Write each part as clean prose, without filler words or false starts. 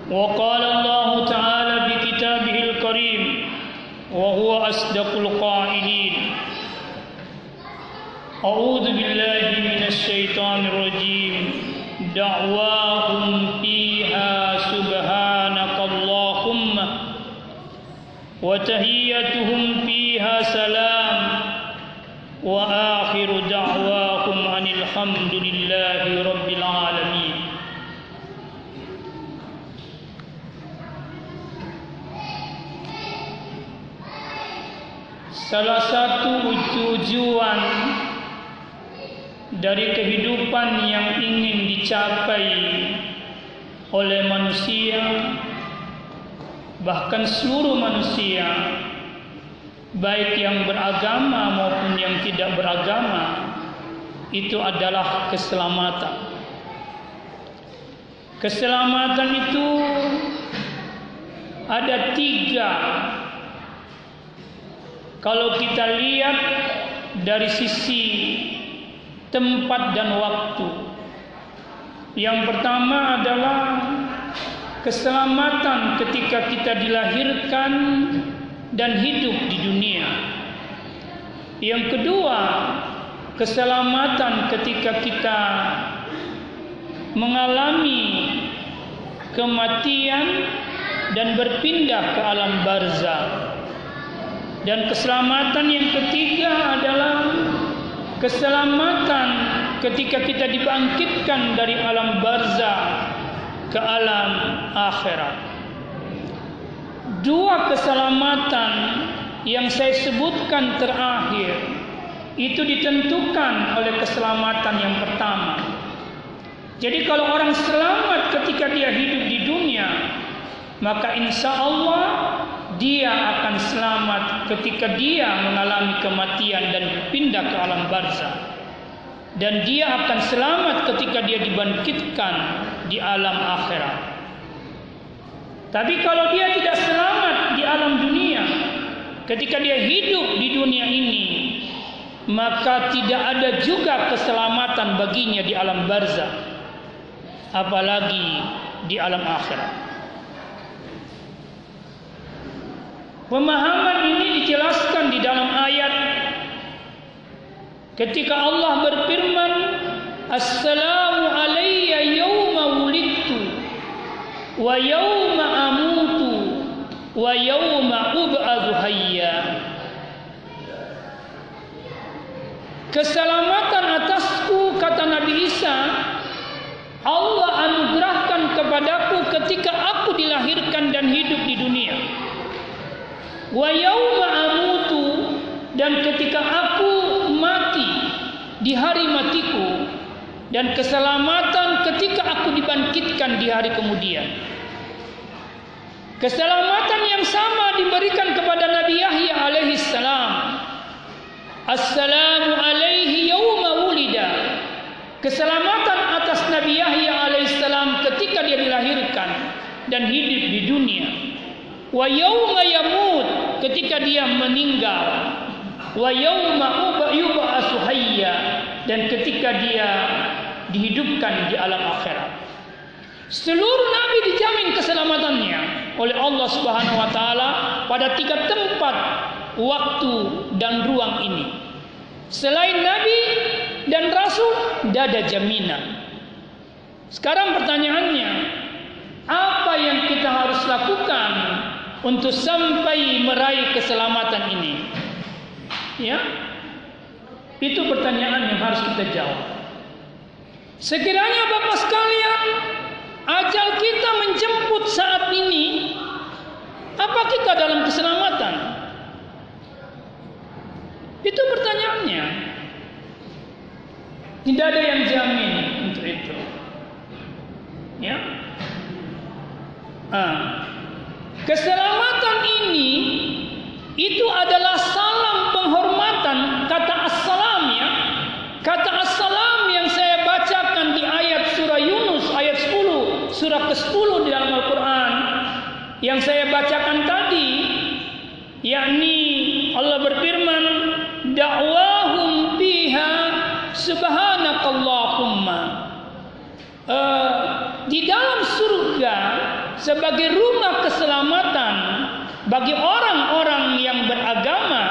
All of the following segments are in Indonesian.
وقال الله تعالى بكتابه الكريم وهو أصدق القائلين أعوذ بالله من الشيطان الرجيم دعواهم فيها سبحانك اللهم وتحيتهم فيها سلام وآخر دعواهم أن الحمد لله رب العالمين. Salah satu tujuan dari kehidupan yang ingin dicapai oleh manusia, bahkan seluruh manusia, baik yang beragama maupun yang tidak beragama, itu adalah keselamatan. Keselamatan itu ada 3. Kalau kita lihat dari sisi tempat dan waktu, yang pertama adalah keselamatan ketika kita dilahirkan dan hidup di dunia. Yang kedua, keselamatan ketika kita mengalami kematian dan berpindah ke alam barzakh. Dan keselamatan yang ketiga adalah keselamatan ketika kita dibangkitkan dari alam barzakh ke alam akhirat. 2 keselamatan yang saya sebutkan terakhir itu ditentukan oleh keselamatan yang pertama. Jadi kalau orang selamat ketika dia hidup di dunia, maka insya Allah dia akan selamat ketika dia mengalami kematian dan pindah ke alam barzakh. Dan dia akan selamat ketika dia dibangkitkan di alam akhirat. Tapi kalau dia tidak selamat di alam dunia, ketika dia hidup di dunia ini, maka tidak ada juga keselamatan baginya di alam barzakh, apalagi di alam akhirat. Pemahaman ini dijelaskan di dalam ayat ketika Allah berfirman, Assalamu alayya yawma wulidtu wa yawma amutu wa yawma ub'adzu hayya. Keselamatan atasku, kata Nabi Isa, Allah anugerahkan kepadaku ketika aku dilahirkan dan hidup di dunia. Wa yauma amutu, dan ketika aku mati di hari matiku, dan keselamatan ketika aku dibangkitkan di hari kemudian. Keselamatan yang sama diberikan kepada Nabi Yahya alaihi salam. Assalamu alaihi yauma wulida. Keselamatan atas Nabi Yahya alaihi salam ketika dia dilahirkan dan hidup di dunia. Wa yauma yamut, ketika dia meninggal. Wa yauma yub'atsu hayya, dan ketika dia dihidupkan di alam akhirat. Seluruh nabi dijamin keselamatannya oleh Allah Subhanahu wa taala pada 3 tempat, waktu dan ruang ini. Selain nabi dan rasul, tidak ada jaminan. Sekarang pertanyaannya, apa yang kita harus lakukan untuk sampai meraih keselamatan ini? Ya, itu pertanyaan yang harus kita jawab. Sekiranya Bapak sekalian, ajal kita menjemput saat ini, apa kita dalam keselamatan? Itu pertanyaannya. Tidak ada yang jamin untuk itu. Ya. Keselamatan ini itu adalah salam penghormatan, kata assalam ya. Kata assalam yang saya bacakan di ayat surah Yunus ayat 10, surah ke-10 di dalam Al-Qur'an yang saya bacakan tadi, yakni Allah berfirman, da'wahum fiha subhanakallahumma. Di dalam surga sebagai rumah keselamatan bagi orang-orang yang beragama,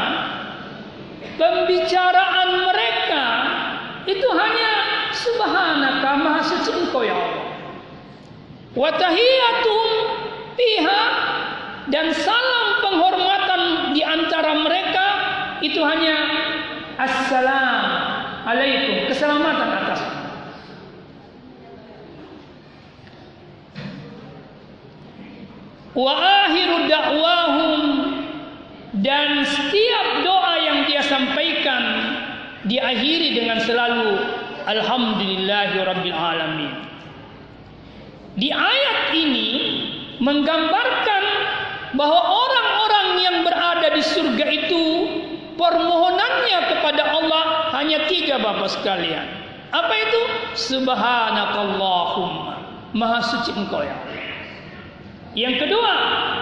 pembicaraan mereka itu hanya subhanaka, maha suci engkau ya Allah. Wa tahiyyatuhum fiha, dan salam penghormatan di antara mereka itu hanya assalam alaikum, keselamatan atas. Wa akhiru da'wahum, dan setiap doa yang dia sampaikan diakhiri dengan selalu alhamdulillahirabbil alamin. Di ayat ini menggambarkan bahwa orang-orang yang berada di surga itu permohonannya kepada Allah hanya 3, Bapak sekalian. Apa itu? Subhanakallahumma, maha suci engkau ya Allah. Yang kedua,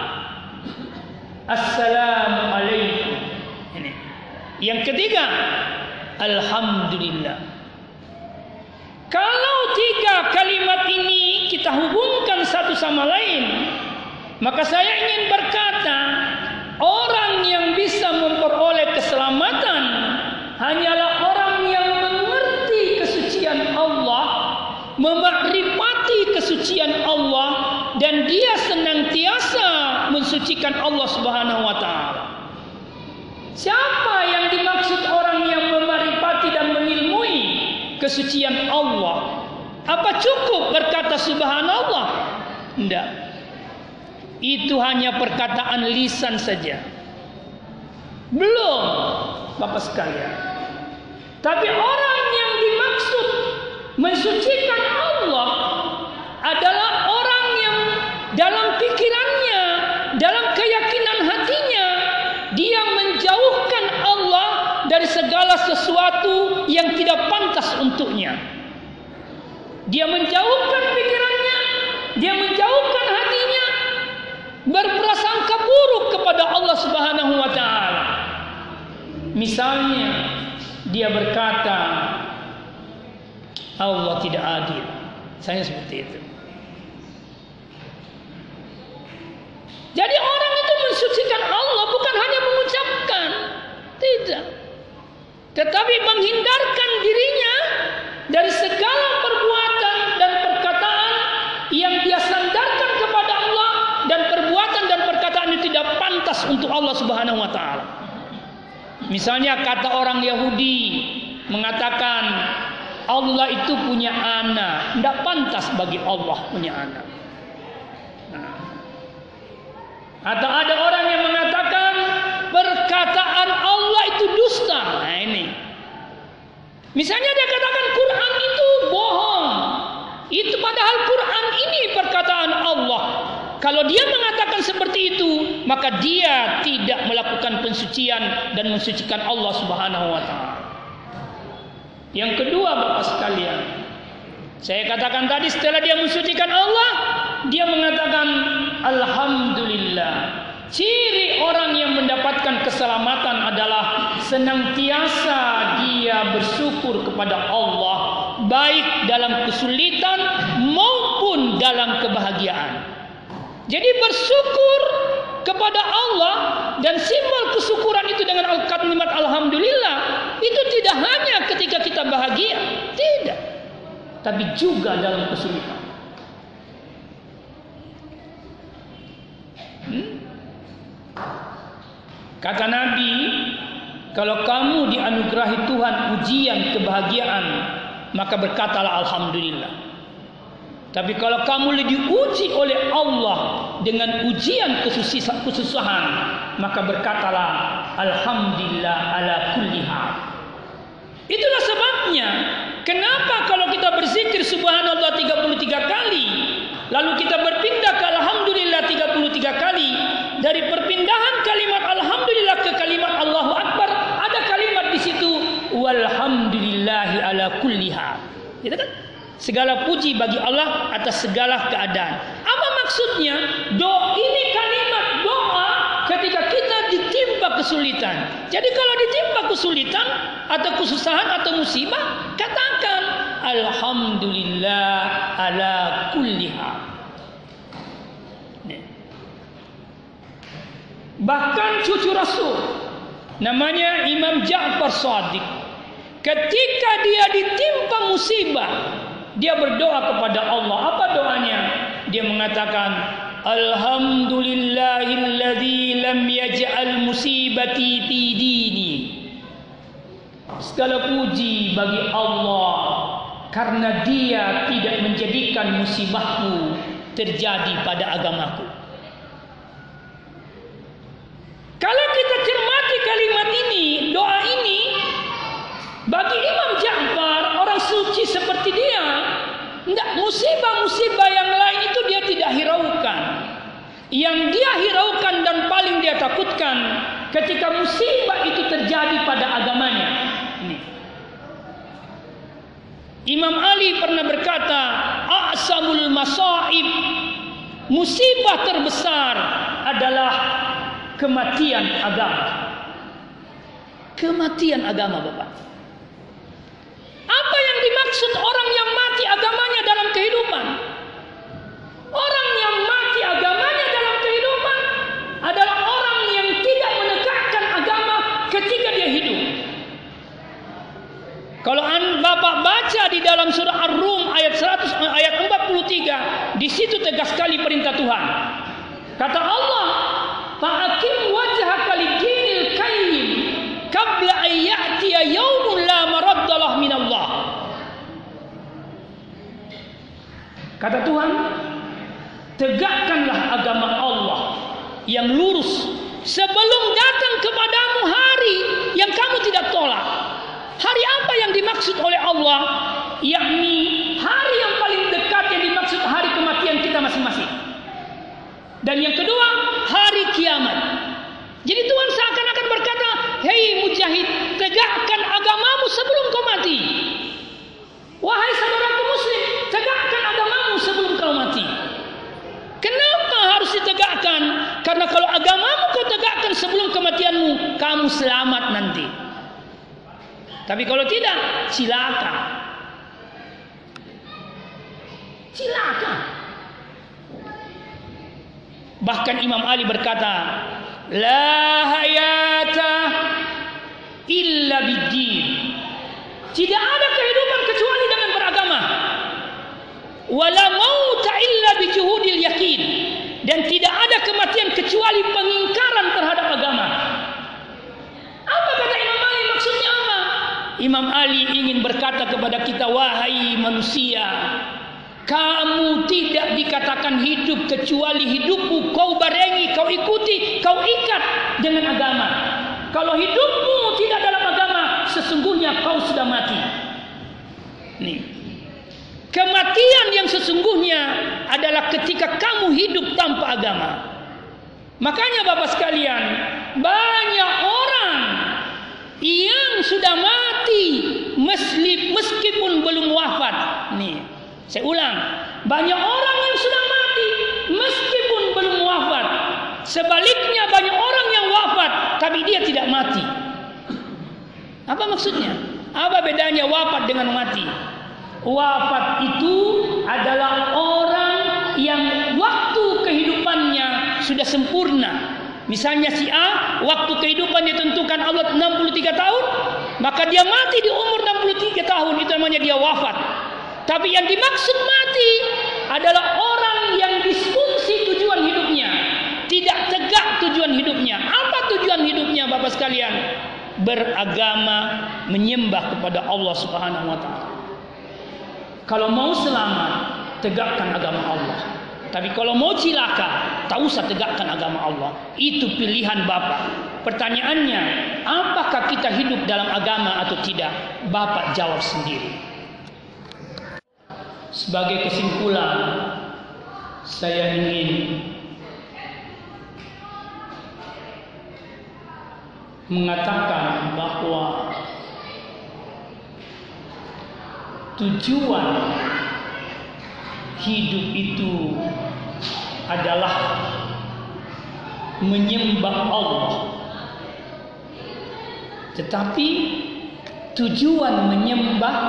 assalamu alaikum. Ini. Yang ketiga, alhamdulillah. Kalau 3 kalimat ini kita hubungkan satu sama lain, maka saya ingin berkata, orang yang bisa memperoleh keselamatan hanyalah orang yang mengerti kesucian Allah, memakrifati kesucian Allah, dan dia senantiasa mensucikan Allah Subhanahu wa taala. Siapa yang dimaksud orang yang memakrifati dan mengilmui kesucian Allah? Apa cukup berkata subhanallah? Tidak. Itu hanya perkataan lisan saja. Belum, Bapak sekalian. Tapi orang yang dimaksud mensucikan Allah adalah orang yang dalam pikirannya, dalam keyakinan hatinya, dia menjauhkan Allah dari segala sesuatu yang tidak pantas untuknya. Dia menjauhkan pikirannya, dia menjauhkan hatinya, berprasangka buruk kepada Allah Subhanahu wa taala. Misalnya dia berkata Allah tidak adil. Saya seperti itu. Jadi orang itu mensucikan Allah bukan hanya mengucapkan, tidak, tetapi menghindarkan dirinya dari segala perbuatan dan perkataan yang dia sandarkan kepada Allah, dan perbuatan dan perkataan itu tidak pantas untuk Allah Subhanahu wa taala. Misalnya kata orang Yahudi mengatakan Allah itu punya anak, tidak pantas bagi Allah punya anak. Atau ada orang yang mengatakan perkataan Allah itu dusta. Nah ini. Misalnya dia katakan Quran itu bohong. Itu padahal Quran ini perkataan Allah. Kalau dia mengatakan seperti itu, maka dia tidak melakukan pensucian dan mensucikan Allah Subhanahu wa taala. Yang kedua, Bapak sekalian, saya katakan tadi setelah dia mensucikan Allah, dia mengatakan alhamdulillah. Ciri orang yang mendapatkan keselamatan adalah senantiasa dia bersyukur kepada Allah, baik dalam kesulitan maupun dalam kebahagiaan. Jadi bersyukur kepada Allah, dan simbol kesyukuran itu dengan kalimat alhamdulillah itu tidak hanya ketika kita bahagia, tidak, tapi juga dalam kesulitan. Kata Nabi, kalau kamu dianugerahi Tuhan ujian kebahagiaan, maka berkatalah alhamdulillah. Tapi kalau kamu diuji oleh Allah dengan ujian kesusahan, maka berkatalah alhamdulillah ala kulli hal. Itulah sebabnya kenapa kalau kita berzikir subhanallah 33 kali, lalu kita berpindah ke alhamdulillah 33 kali, dari perpindahan kalimat alhamdulillah ke kalimat Allahu Akbar, ada kalimat di situ walhamdulillahi ala kulli hal. Gitu kan? Segala puji bagi Allah atas segala keadaan. Apa maksudnya? Ini kalimat doa ketika kita ditimpa kesulitan. Jadi kalau ditimpa kesulitan atau kesusahan atau musibah, katakan alhamdulillah ala kulli hal. Bahkan cucu Rasul namanya Imam Ja'far Shadiq, ketika dia ditimpa musibah, dia berdoa kepada Allah. Apa doanya? Dia mengatakan, Alhamdulillahilladzi lam yaj'al musibati fi dini. Segala puji bagi Allah karena Dia tidak menjadikan musibahku terjadi pada agamaku. Kalau kita cermati kalimat ini, doa ini, bagi Imam Ja'far, orang suci seperti dia, enggak, musibah-musibah yang lain itu dia tidak hiraukan. Yang dia hiraukan dan paling dia takutkan ketika musibah itu terjadi pada agamanya. Ini. Imam Ali pernah berkata, A'samul masaib, musibah terbesar adalah kematian agama. Kematian agama, Bapak. Apa yang dimaksud orang yang mati agamanya dalam kehidupan? Orang yang mati agamanya dalam kehidupan adalah orang yang tidak menegakkan agama ketika dia hidup. Kalau Bapak baca di dalam surah Ar-Rum ayat 43, di situ tegas sekali perintah Tuhan. Kata Allah, fa'akim wajhaka lid-dinil qayyim qabla an ya'tiya yaumun la maraddalah minallah. Kata Tuhan, tegakkanlah agama Allah yang lurus sebelum datang kepadamu hari yang kamu tidak tolak. Hari apa yang dimaksud oleh Allah? Yakni hari yang paling dekat yang dimaksud hari kematian kita masing-masing. Dan yang kedua, hari kiamat. Jadi Tuhan seakan-akan berkata, hei mujahid, tegakkan agamamu sebelum kau mati. Wahai saudaraku muslim, tegakkan agamamu sebelum kau mati. Kenapa harus ditegakkan? Karena kalau agamamu kau tegakkan sebelum kematianmu, kamu selamat nanti. Tapi kalau tidak, cilaka. Cilaka. Bahkan Imam Ali berkata, la hayata illa bid-din. Tidak ada kehidupan kecuali dengan beragama. Wala mauta illa bijuhudil yakin. Dan tidak ada kematian kecuali pengingkaran terhadap agama. Apa kata Imam Ali? Maksudnya apa? Imam Ali ingin berkata kepada kita, wahai manusia, kamu tidak dikatakan hidup kecuali hidupmu kau barengi, kau ikuti, kau ikat dengan agama. Kalau hidupmu tidak dalam agama, sesungguhnya kau sudah mati. Nih. Kematian yang sesungguhnya adalah ketika kamu hidup tanpa agama. Makanya Bapak sekalian, banyak orang yang sudah mati meskipun belum wafat. Nih, saya ulang, banyak orang yang sudah mati meskipun belum wafat. Sebaliknya banyak orang yang wafat tapi dia tidak mati. Apa maksudnya? Apa bedanya wafat dengan mati? Wafat itu adalah orang yang waktu kehidupannya sudah sempurna. Misalnya si A, waktu kehidupan ditentukan Allah 63 tahun, maka dia mati di umur 63 tahun, itu namanya dia wafat. Tapi yang dimaksud mati adalah orang yang disfungsi tujuan hidupnya, tidak tegak tujuan hidupnya. Apa tujuan hidupnya Bapak sekalian? Beragama, menyembah kepada Allah Subhanahu wa taala. Kalau mau selamat, tegakkan agama Allah. Tapi kalau mau cilaka, tak usah tegakkan agama Allah. Itu pilihan Bapak. Pertanyaannya, apakah kita hidup dalam agama atau tidak? Bapak jawab sendiri. Sebagai kesimpulan, saya ingin mengatakan bahwa tujuan hidup itu adalah menyembah Allah. Tetapi tujuan menyembah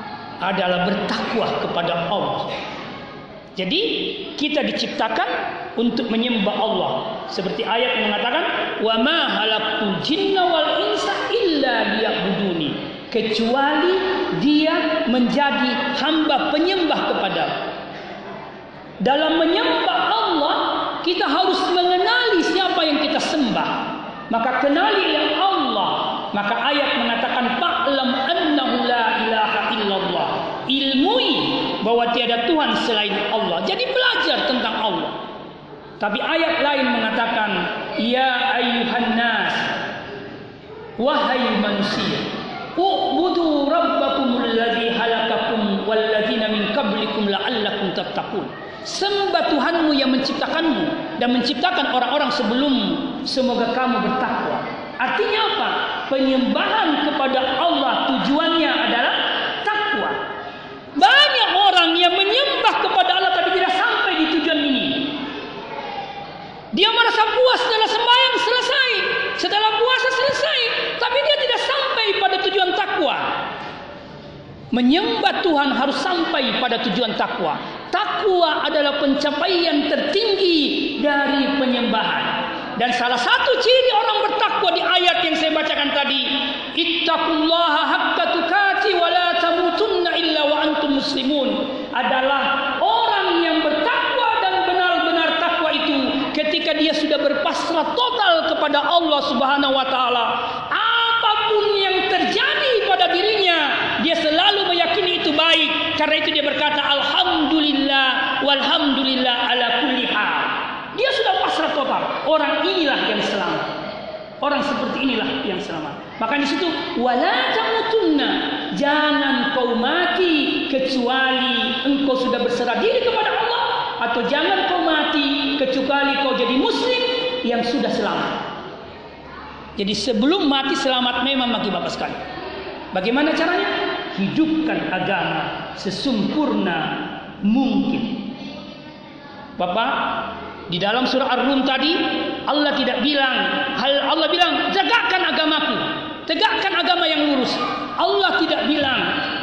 adalah bertakwa kepada Allah. Jadi kita diciptakan untuk menyembah Allah. Seperti ayat yang mengatakan, "Wa ma khalaqtul jinna wal insa illa liya'buduni." Kecuali dia menjadi hamba penyembah kepada. Dalam menyembah Allah, kita harus mengenali siapa yang kita sembah. Maka kenalilah Allah. Maka ayat mengatakan, "Fa'lam annahu la ilaha illallah." Ilmui bahwa tiada Tuhan selain Allah. Jadi belajar tentang Allah. Tapi ayat lain mengatakan, "Ya ayyuhan nas, wahai manusia, u'budu rabbakumul ladzi khalaqakum wal ladzina min qablikum la'allakum tattaqun." Sembah Tuhanmu yang menciptakanmu dan menciptakan orang-orang sebelummu, semoga kamu bertakwa. Artinya apa? Penyembahan kepada Allah tujuannya adalah takwa. Banyak orang yang menyembah kepada Allah tapi tidak sampai di tujuan ini. Dia merasa puas setelah sembahyang selesai, setelah puasa selesai, tapi dia tidak sampai pada tujuan takwa. Menyembah Tuhan harus sampai pada tujuan takwa. Takwa adalah pencapaian tertinggi dari penyembahan. Dan salah satu ciri orang bertakwa di ayat yang saya bacakan tadi, ittaqullaha haqqa tuqati wa la tamutunna illa wa antum muslimun, adalah orang yang bertakwa dan benar-benar takwa itu ketika dia sudah berpasrah total kepada Allah Subhanahu wa taala. Apapun yang terjadi pada dirinya, dia selalu meyakini itu baik. Karena itu dia berkata, alhamdulillah walhamdulillah ala kulli hal. Dia sudah pasrah total. Orang inilah yang selamat. Orang seperti inilah yang selamat. Maka di situ, wala tamutunna, jangan kau mati kecuali engkau sudah berserah diri kepada Allah, atau jangan kau mati kecuali kau jadi muslim yang sudah selamat. Jadi sebelum mati selamat memang bagi Bapak sekalian. Bagaimana caranya? Hidupkan agama sesempurna mungkin. Bapak, di dalam surah Ar-Rum tadi Allah tidak bilang, Allah bilang tegakkan agamaku, tegakkan agama yang lurus. Allah tidak bilang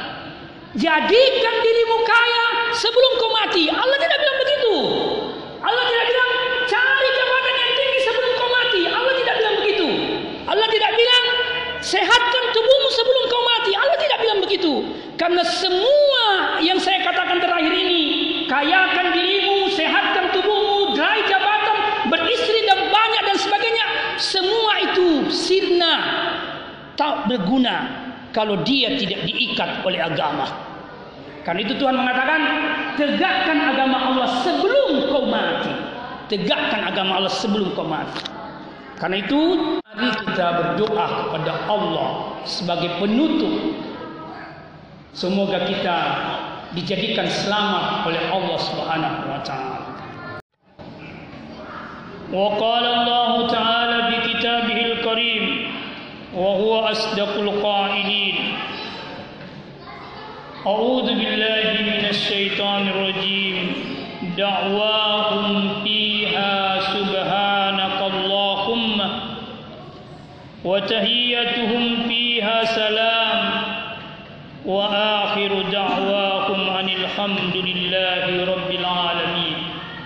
jadikan dirimu kaya sebelum kau mati. Allah tidak bilang begitu. Allah tidak bilang cari jabatan yang tinggi sebelum kau mati. Allah tidak bilang begitu. Allah tidak bilang sehatkan tubuhmu sebelum kau mati. Allah tidak bilang begitu. Karena semua yang saya katakan terakhir ini, kayakan dirimu, sehatkan tubuhmu, raih jabatan, beristri dan banyak dan sebagainya, semua itu sirna, tak berguna kalau dia tidak diikat oleh agama. Karena itu Tuhan mengatakan, tegakkan agama Allah sebelum kau mati. Tegakkan agama Allah sebelum kau mati. Karena itu mari kita berdoa kepada Allah sebagai penutup. Semoga kita dijadikan selamat oleh Allah Subhanahu wa taala. Wa qala Allah taala bi kitabihil karim wa huwa asdaqul qailin. A'udzu billahi minasy syaithanir rajim. Da'wahum fiha subhanakallahumma wa tahiyyatuhum fiha salam wa akhiru da'wahum anil hamdulillahi rabbil alamin.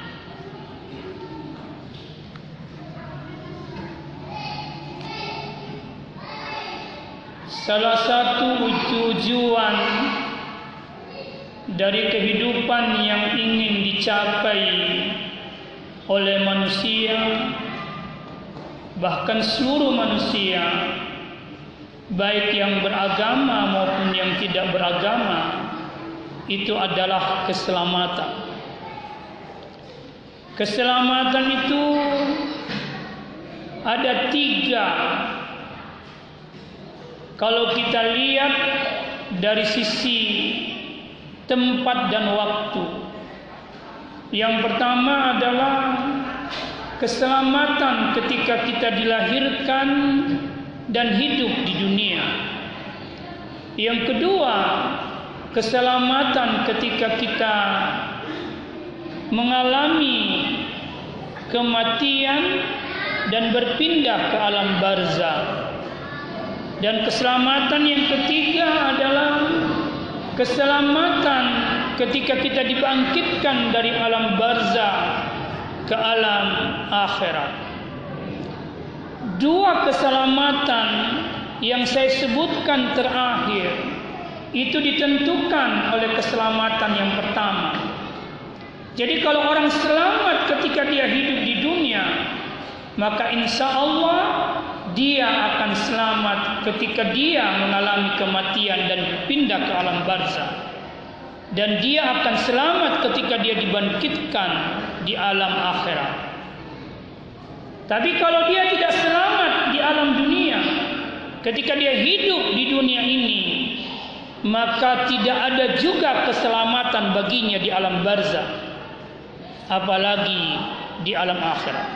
Salah satu tujuan dari kehidupan yang ingin dicapai oleh manusia, bahkan seluruh manusia, baik yang beragama maupun yang tidak beragama, itu adalah keselamatan. Keselamatan itu ada 3. Kalau kita lihat dari sisi tempat dan waktu. Yang pertama adalah keselamatan ketika kita dilahirkan dan hidup di dunia. Yang kedua, keselamatan ketika kita mengalami kematian dan berpindah ke alam barzakh. Dan keselamatan yang ketiga adalah keselamatan ketika kita dibangkitkan dari alam barzakh ke alam akhirat. Dua keselamatan yang saya sebutkan terakhir itu ditentukan oleh keselamatan yang pertama. Jadi kalau orang selamat ketika dia hidup di dunia, maka insya Allah dia akan selamat ketika dia mengalami kematian dan pindah ke alam barzakh. Dan dia akan selamat ketika dia dibangkitkan di alam akhirat. Tapi kalau dia tidak selamat di alam dunia, ketika dia hidup di dunia ini, maka tidak ada juga keselamatan baginya di alam barzakh, apalagi di alam akhirat.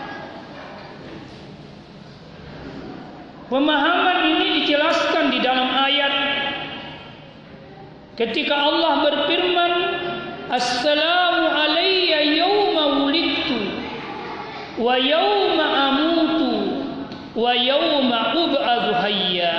Pemahaman ini dijelaskan di dalam ayat ketika Allah berfirman, Assalamu alayya yawma wulidtu wa yawma amutu wa yawma ub'adzu hayya.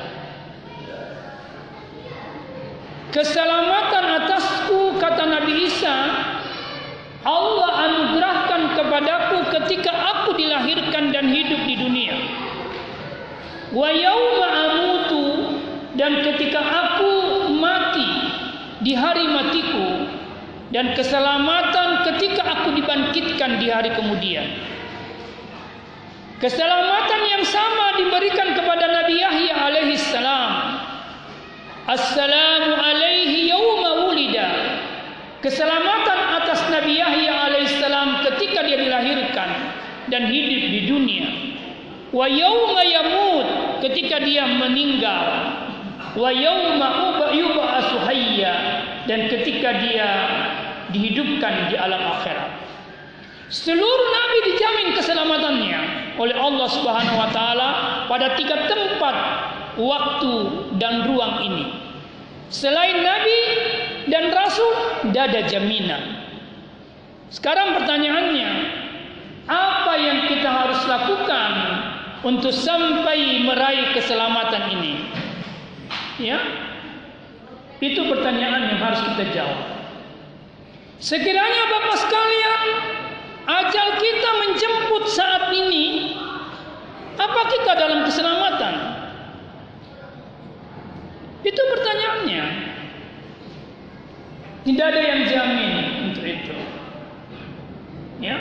Keselamatan atasku, kata Nabi Isa, Allah anugerahkan kepadaku ketika aku dilahirkan dan hidup di dunia. Wa yauma amutu, dan ketika aku mati di hari matiku, dan keselamatan ketika aku dibangkitkan di hari kemudian. Keselamatan yang sama diberikan kepada Nabi Yahya alaihi salam. Assalamu alaihi yauma wulida. Keselamatan atas Nabi Yahya alaihissalam ketika dia dilahirkan dan hidup di dunia. Wa yauma yamut, ketika dia meninggal. Wa yauma yub'atsu hayya, dan ketika dia dihidupkan di alam akhirat. Seluruh nabi dijamin keselamatannya oleh Allah Subhanahu wa taala pada 3 tempat, waktu dan ruang ini. Selain nabi dan rasul, tidak ada jaminan. Sekarang pertanyaannya, apa yang kita harus lakukan untuk sampai meraih keselamatan ini? Ya, itu pertanyaan yang harus kita jawab. Sekiranya Bapak sekalian, ajal kita menjemput saat ini, apa kita dalam keselamatan? Itu pertanyaannya. Tidak ada yang jamin untuk itu. Ya.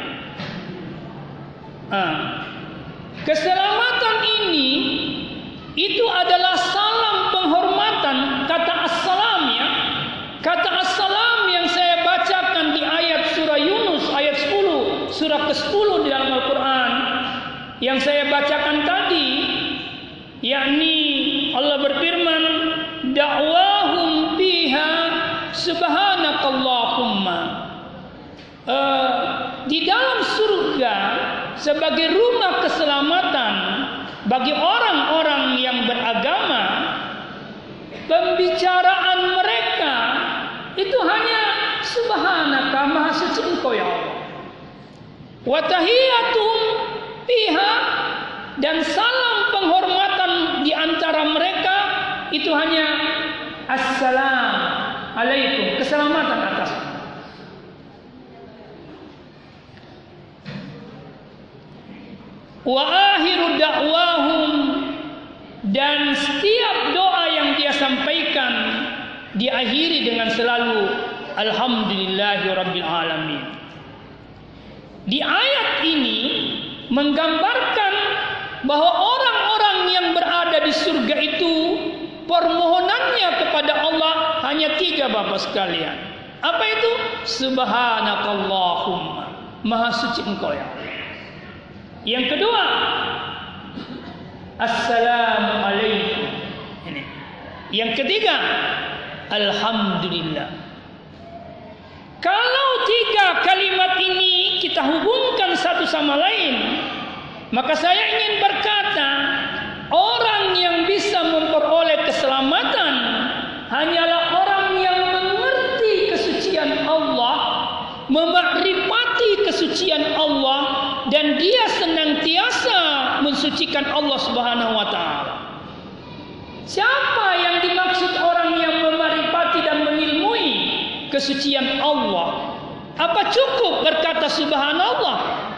Keselamatan ini itu adalah salam penghormatan, kata assalam ya. Kata assalam yang saya bacakan di ayat surah Yunus ayat 10, surah ke-10 di dalam Al-Qur'an yang saya bacakan tadi, yakni Allah berfirman, da'wahum fiha subhanakallahumma. Di dalam surga sebagai rumah keselamatan bagi orang-orang yang beragama, pembicaraan mereka itu hanya subhanaka, maha suci engkau ya Allah. Wa tahiyatum fiha, dan salam penghormatan di antara mereka itu hanya assalam alaikum, keselamatan atas. Wa akhiru da'wahum, dan setiap doa yang dia sampaikan diakhiri dengan selalu alhamdulillahirabbil alamin. Di ayat ini menggambarkan bahwa orang-orang yang berada di surga itu permohonannya kepada Allah hanya 3 Bapak sekalian. Apa itu? Subhanakallahumma, maha suci engkau ya Allah. Yang kedua, assalamu alaikum. Ini. Yang ketiga, alhamdulillah. Kalau 3 kalimat ini kita hubungkan satu sama lain, maka saya ingin berkata, orang yang bisa memperoleh keselamatan hanyalah orang yang mengerti kesucian Allah, memakrifati kesucian Allah, dan dia senantiasa mensucikan Allah Subhanahu wa taala. Siapa yang dimaksud orang yang memakrifati dan mengilmui kesucian Allah? Apa cukup berkata subhanallah?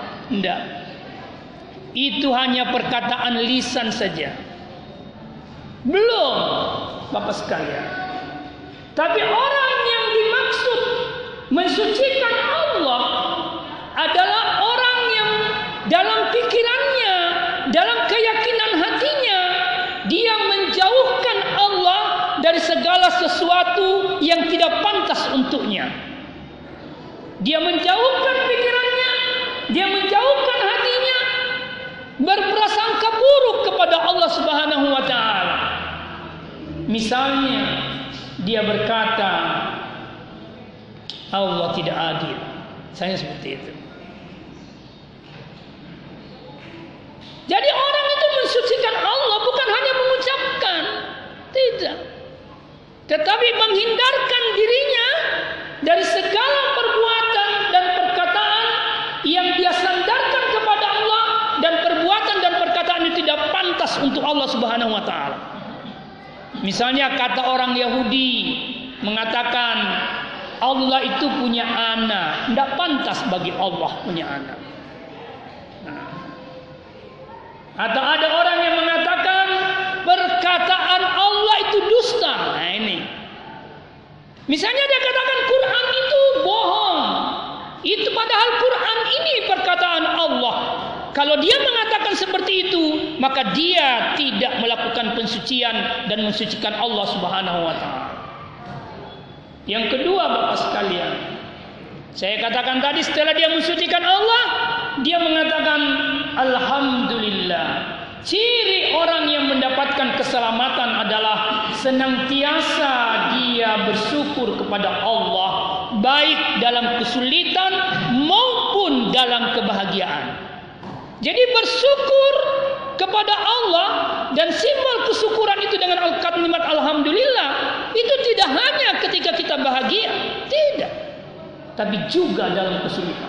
Tidak. Itu hanya perkataan lisan saja. Belum, Bapak sekalian. Tapi orang yang dimaksud mensucikan Allah adalah orang yang dalam pikirannya, dalam keyakinan hatinya, dia menjauhkan Allah dari segala sesuatu yang tidak pantas untuknya. Dia menjauhkan pikirannya, dia menjauhkan hatinya, berprasangka buruk kepada Allah Subhanahu wa taala. Misalnya dia berkata Allah tidak adil. Saya seperti itu. Jadi orang itu mensucikan Allah bukan hanya mengucapkan, tidak, tetapi menghindarkan dirinya dari segala perbuatan dan perkataan yang dia sandarkan kepada Allah, dan perbuatan dan perkataan itu tidak pantas untuk Allah Subhanahu wa taala. Misalnya kata orang Yahudi mengatakan Allah itu punya anak, tidak pantas bagi Allah punya anak. Atau ada orang yang mengatakan perkataan Allah itu dusta. Nah ini. Misalnya dia katakan Quran itu bohong. Itu padahal Quran ini perkataan Allah. Kalau dia mengatakan seperti itu, maka dia tidak melakukan pensucian dan mensucikan Allah Subhanahu wa taala. Yang kedua, Bapak sekalian, saya katakan tadi setelah dia mensucikan Allah, dia mengatakan alhamdulillah. Ciri orang yang mendapatkan keselamatan adalah senantiasa dia bersyukur kepada Allah, baik dalam kesulitan maupun dalam kebahagiaan. Jadi bersyukur kepada Allah, dan simbol kesyukuran itu dengan kalimat alhamdulillah itu tidak hanya ketika kita bahagia, tidak, tapi juga dalam kesulitan.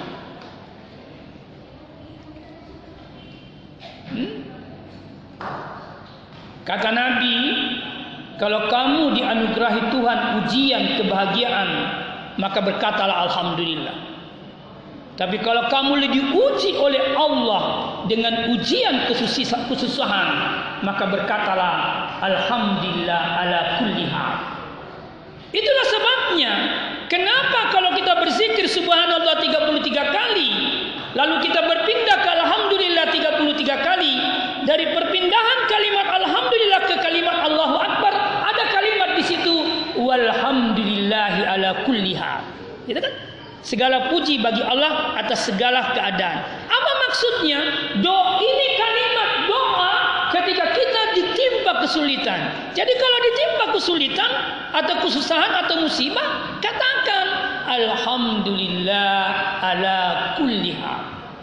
Kata Nabi, kalau kamu dianugerahi Tuhan ujian kebahagiaan, maka berkatalah alhamdulillah. Tapi kalau kamu diuji oleh Allah dengan ujian kesusahan, maka berkatalah alhamdulillah ala kulli hal. Itulah sebabnya kenapa kalau kita berzikir subhanallah 33 kali, lalu kita berpindah ke alhamdulillah 33 kali, dari perpindahan kalimat alhamdulillah ke kalimat Allahu Akbar, ada kalimat di situ walhamdulillahi ala kulli hal. Gitu kan? Segala puji bagi Allah atas segala keadaan. Apa maksudnya? Ini kalimat doa ketika kita ditimpa kesulitan. Jadi kalau ditimpa kesulitan atau kesusahan atau musibah, katakan alhamdulillah ala kulli hal.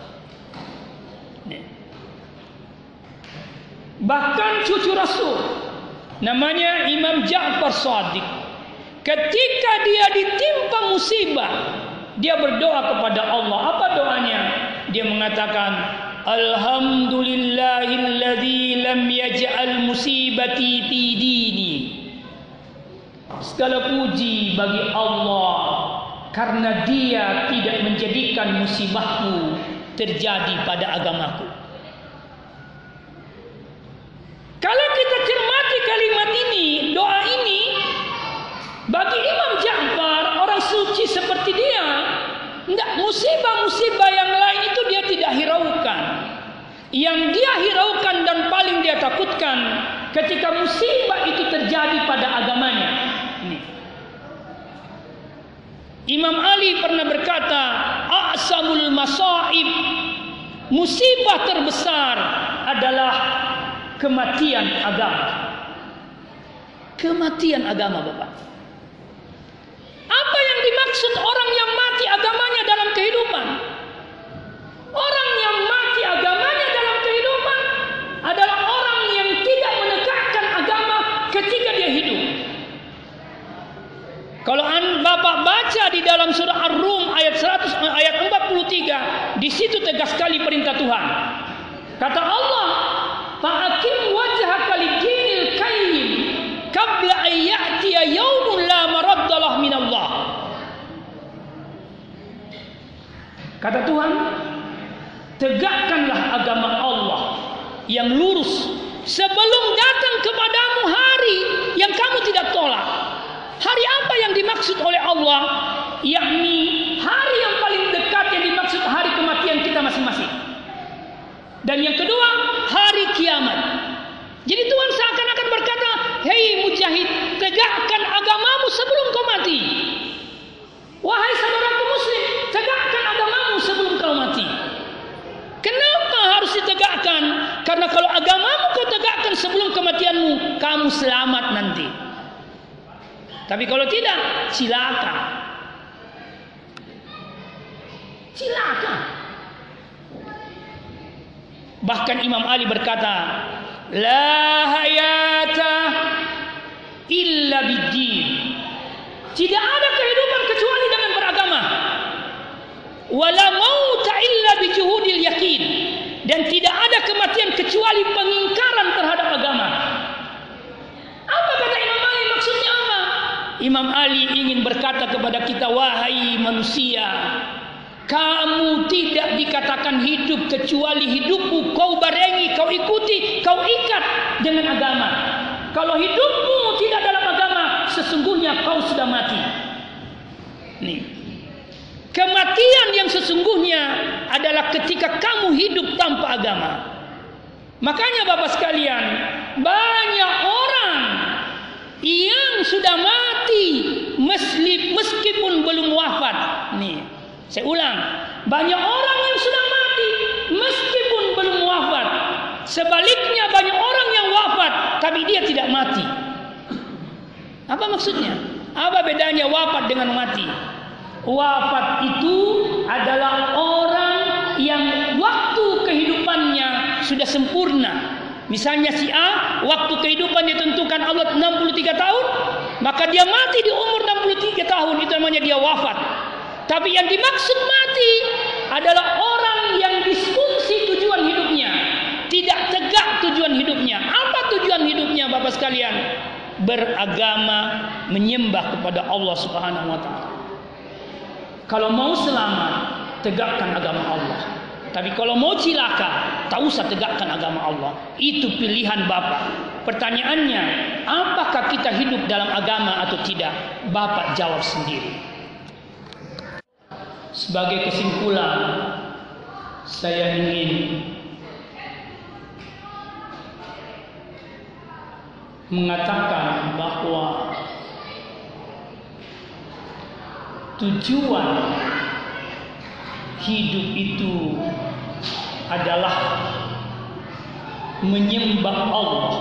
Bahkan cucu Rasul namanya Imam Ja'far Shadiq, ketika dia ditimpa musibah, dia berdoa kepada Allah. Apa doanya? Dia mengatakan alhamdulillahilladzi lam yaj'al musibati fi dini. Segala puji bagi Allah karena dia tidak menjadikan musibahku terjadi pada agamaku. Kalau kita cermati kalimat ini, doa ini, bagi Imam Ja'far, orang suci seperti dia, musibah-musibah yang lain itu dia tidak hiraukan. Yang dia hiraukan dan paling dia takutkan ketika musibah itu terjadi pada agamanya. Ini. Imam Ali pernah berkata, a'samul masaib, musibah terbesar adalah kematian agama. Kematian agama, Bapak. Apa yang dimaksud orang yang mati agamanya dalam kehidupan? Orang yang mati agamanya dalam kehidupan adalah orang yang tidak menegakkan agama ketika dia hidup. Kalau Bapak baca di dalam surah Ar-Rum ayat 43, di situ tegas sekali perintah Tuhan. Kata Allah, fa'akim wajhaka lid-dinil qayyim qabla an ya'tiya yaumun la maraddalah minallah. Kata Tuhan, tegakkanlah agama Allah yang lurus sebelum datang kepadamu hari yang kamu tidak tolak. Hari apa yang dimaksud oleh Allah? Yakni hari yang paling dekat yang dimaksud hari kematian kita masing-masing. Dan yang kedua, hari kiamat. Jadi Tuhan seakan-akan berkata, hei mujahid, tegakkan agamamu sebelum kau mati. Wahai saudaraku muslim, tegakkan agamamu sebelum kau mati. Kenapa harus ditegakkan? Karena kalau agamamu kau tegakkan sebelum kematianmu, kamu selamat nanti. Tapi kalau tidak, cilaka. Cilaka. Bahkan Imam Ali berkata, la hayata illa biddin. Tidak ada kehidupan kecuali dengan beragama. Wala mauta illa bijuhudil yakin. Dan tidak ada kematian kecuali pengingkaran terhadap agama. Apa kata Imam Ali? Maksudnya apa? Imam Ali ingin berkata kepada kita, wahai manusia, kamu tidak dikatakan hidup kecuali hidupmu kau barengi, kau ikuti, kau ikat dengan agama. Kalau hidupmu tidak dalam agama, sesungguhnya kau sudah mati. Nih. Kematian yang sesungguhnya adalah ketika kamu hidup tanpa agama. Makanya Bapak sekalian, banyak orang yang sudah mati meskipun belum wafat. Nih, saya ulang, banyak orang yang sudah mati meskipun belum wafat. Sebaliknya banyak orang yang wafat tapi dia tidak mati. Apa maksudnya? Apa bedanya wafat dengan mati? Wafat itu adalah orang yang waktu kehidupannya sudah sempurna. Misalnya si A, waktu kehidupan ditentukan Allah 63 tahun, maka dia mati di umur 63 tahun, itu namanya dia wafat. Tapi yang dimaksud mati adalah orang yang disfungsi tujuan hidupnya, tidak tegak tujuan hidupnya. Apa tujuan hidupnya Bapak sekalian? Beragama, menyembah kepada Allah Subhanahu wa taala. Kalau mau selamat, tegakkan agama Allah. Tapi kalau mau cilaka, tak usah tegakkan agama Allah. Itu pilihan Bapak. Pertanyaannya, apakah kita hidup dalam agama atau tidak? Bapak jawab sendiri. Sebagai kesimpulan, saya ingin mengatakan bahwa tujuan hidup itu adalah menyembah Allah.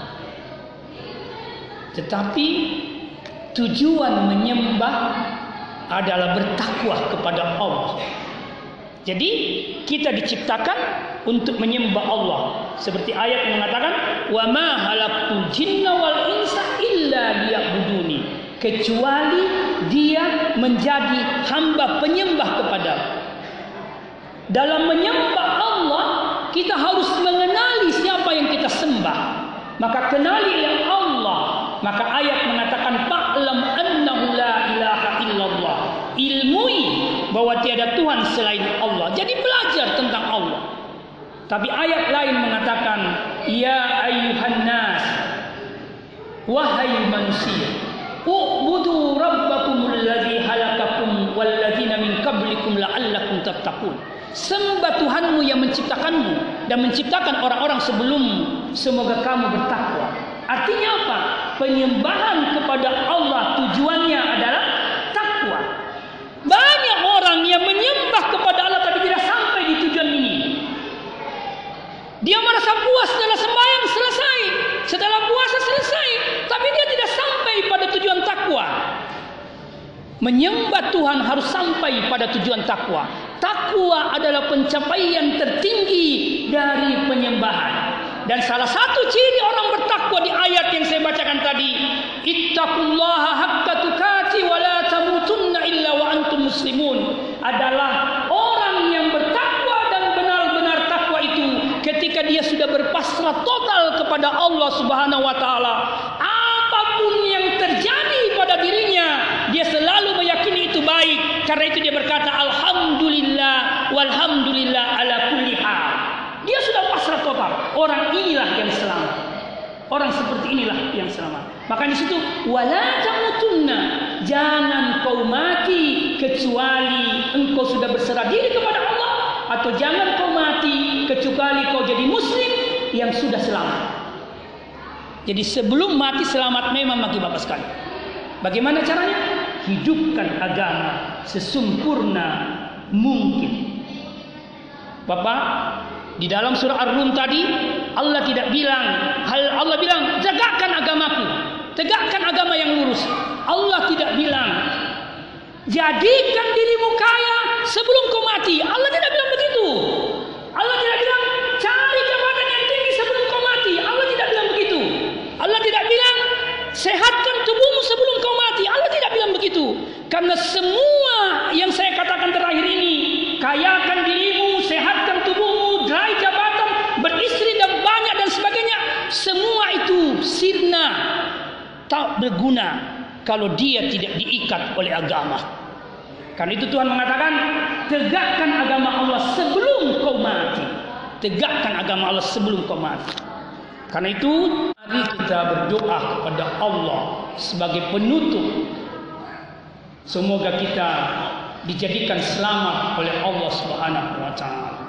Tetapi tujuan menyembah adalah bertakwa kepada Allah. Jadi kita diciptakan untuk menyembah Allah. Seperti ayat yang mengatakan, "Wa ma khalaqtul jinna wal insa illa liya'buduni." Kecuali dia menjadi hamba penyembah kepada-Ku. Dalam menyembah Allah, kita harus mengenali siapa yang kita sembah. Maka kenalilah Allah. Maka ayat mengatakan, "Fa'lam annahu la ilaha illallah." Ilmui bahwa tiada Tuhan selain Allah. Jadi belajar tentang Allah. Tapi ayat lain mengatakan, "Ya ayyuhan nas, wahai manusia, u'budu rabbakumul ladzi khalaqakum wal ladzina min qablikum la'allakum tattaqun." Sembah Tuhanmu yang menciptakanmu dan menciptakan orang-orang sebelummu, semoga kamu bertakwa. Artinya apa? Penyembahan kepada Allah tujuannya adalah takwa. Banyak orang yang menyembah kepada Allah tapi tidak sampai di tujuan ini. Dia merasa puas setelah sembahyang selesai, setelah puasa selesai, tapi dia tidak sampai pada tujuan takwa. Menyembah Tuhan harus sampai pada tujuan takwa. Takwa adalah pencapaian tertinggi dari penyembahan. Dan salah satu ciri orang bertakwa di ayat yang saya bacakan tadi, ittaqullaha haqqa tuqati wa la tamutunna illa wa antum muslimun, adalah orang yang bertakwa dan benar-benar takwa itu ketika dia sudah berpasrah total kepada Allah Subhanahu wa taala. Apapun yang terjadi pada dirinya, dia selalu meyakini itu baik. Karena itu dia berkata, alhamdulillah walhamdulillah ala kulli hal. Dia sudah pasrah total. Orang inilah yang selamat. Orang seperti inilah yang selamat. Maka di situ wala tamutunna, jangan kau mati kecuali engkau sudah berserah diri kepada Allah, atau jangan kau mati kecuali kau jadi muslim yang sudah selamat. Jadi sebelum mati selamat memang bagi Bapak sekali. Bagaimana caranya? Hidupkan agama sesempurna mungkin. Bapak, di dalam surah Ar-Rum tadi Allah tidak bilang, Allah bilang tegakkan agamaku, tegakkan agama yang lurus. Allah tidak bilang jadikan dirimu kaya sebelum kau mati. Allah tidak bilang begitu. Allah tidak bilang cari jabatan yang tinggi sebelum kau mati. Allah tidak bilang begitu. Allah tidak bilang sehatkan tubuhmu sebelum kau mati. Allah tidak bilang begitu. Karena semua yang saya katakan terakhir ini, kayakan dirimu, sehatkan tubuhmu, raih jabatan, beristri dan banyak dan sebagainya, semua itu sirna, tak berguna kalau dia tidak diikat oleh agama. Karena itu Tuhan mengatakan, tegakkan agama Allah sebelum kau mati. Tegakkan agama Allah sebelum kau mati. Karena itu mari kita berdoa kepada Allah sebagai penutup. Semoga kita dijadikan selamat oleh Allah Subhanahu wa taala.